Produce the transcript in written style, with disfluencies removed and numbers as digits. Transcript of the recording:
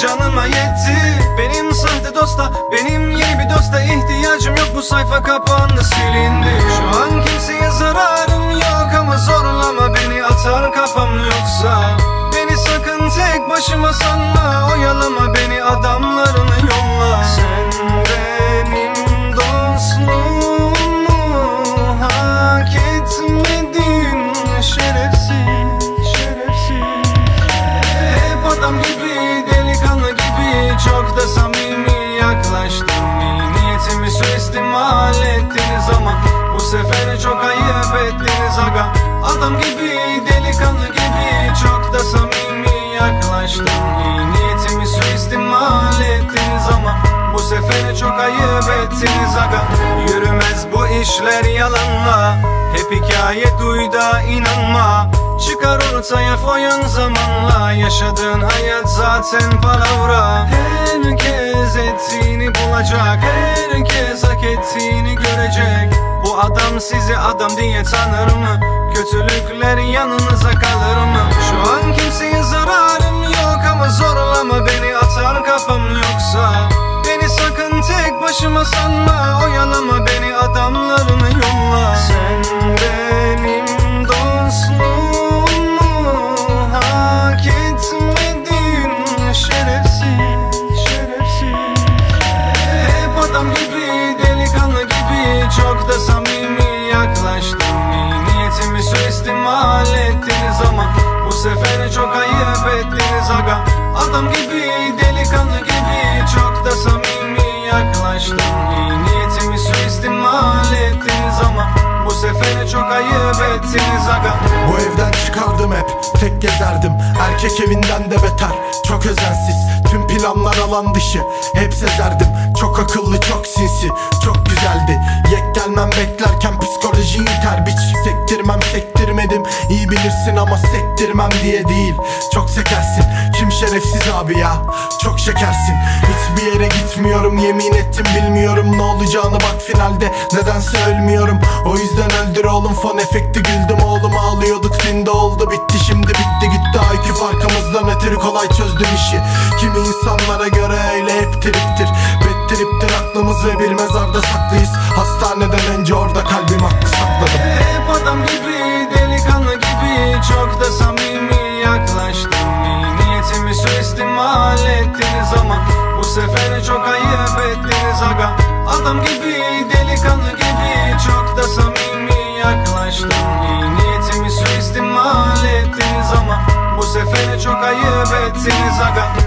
canıma yetti. Benim sahte dosta, benim yeni bir dosta ihtiyacım yok. Bu sayfa kapandı, silindi. Şu an kimseye zararım yok ama zorlama beni, atar kafam yoksa. Beni sakın tek başıma sanma, oyalama beni, adamlarını yolla. Sen benim dostluğumu hak etmedin, şerefsiz, şerefsiz. Hep adam gibi, delikanlı gibi, çok da samimi yaklaştım. Niyetimi suistimal ettiniz ama bu sefer çok ayıp ettiniz aga. Adam gibi, delikanlı gibi, çok da samimi yaklaştım. Niyetimi suistimal ettiniz ama bu sefer çok ayıp ettiniz aga. Yürümez bu işler yalanla, hep hikaye duy da inanma. Çıkar ortaya foyun zamanla, yaşadığın hayat zaten palavra. Herkes ettiğini bulacak, herkes hak ettiğini görecek. Bu adam sizi adam diye tanır mı? Kötülükler yanınıza kalır mı? Şu an kimseye zararım yok ama zorlama beni, atar kafam yoksa. Beni sakın tek başıma sanma, oyalama beni, adamlarını yolla. Sen benim dostluğumu hak etmedin, şerefsiz, şerefsiz. Hep adam gibi, delikanlı gibi, çok da samimi yaklaştım. Niyetimi suistimal ettiniz ama bu sefer çok ayıp ettiniz aga. Adam gibi, delikanlı gibi, çok da samimi yaklaştım. Niyetimi suistimal ettiniz ama bu sefer çok ayıp ettiniz aga. Bu evden çıkardım hep, tek gezerdim. Erkek evinden de beter, çok özensiz. Tüm planlar alan dışı, hep sezerdim. Çok akıllı, çok sinsi, çok güzeldi. Yek gelmem beklerken psikoloji iter biç. Sektirmem sektirmedim, iyi bilirsin ama sektirmem diye değil. Çok sekersin, kim şerefsiz abi ya, çok şekersin. Hiçbir yere gitmiyorum, yemin ettim bilmiyorum ne olacağını, bak finalde nedense ölmüyorum. O yüzden öldür oğlum, fon efekti güldüm oğlum, ağlıyorduk dinde oldu bitti, şimdi bitti gitti. IQ farkımızdan ötürü kolay çözdüm işi. Kimi insanlara göre öyle hep triptir, bad triptir aklımız ve bir mezarda saklıyız. Hastaneden önce orada kalbim hakkı sakladım. Hep adam gibi, delikanlı gibi, çok da samimi yaklaştım. Niyetimi suistimal ettiniz ama bu sefer çok ayıp ettiniz aga. Adam gibi, delikanlı gibi, çok da samimi yaklaştım. Niyetimi suistimal ettiniz ama bu sefer çok ayıp ettiniz aga.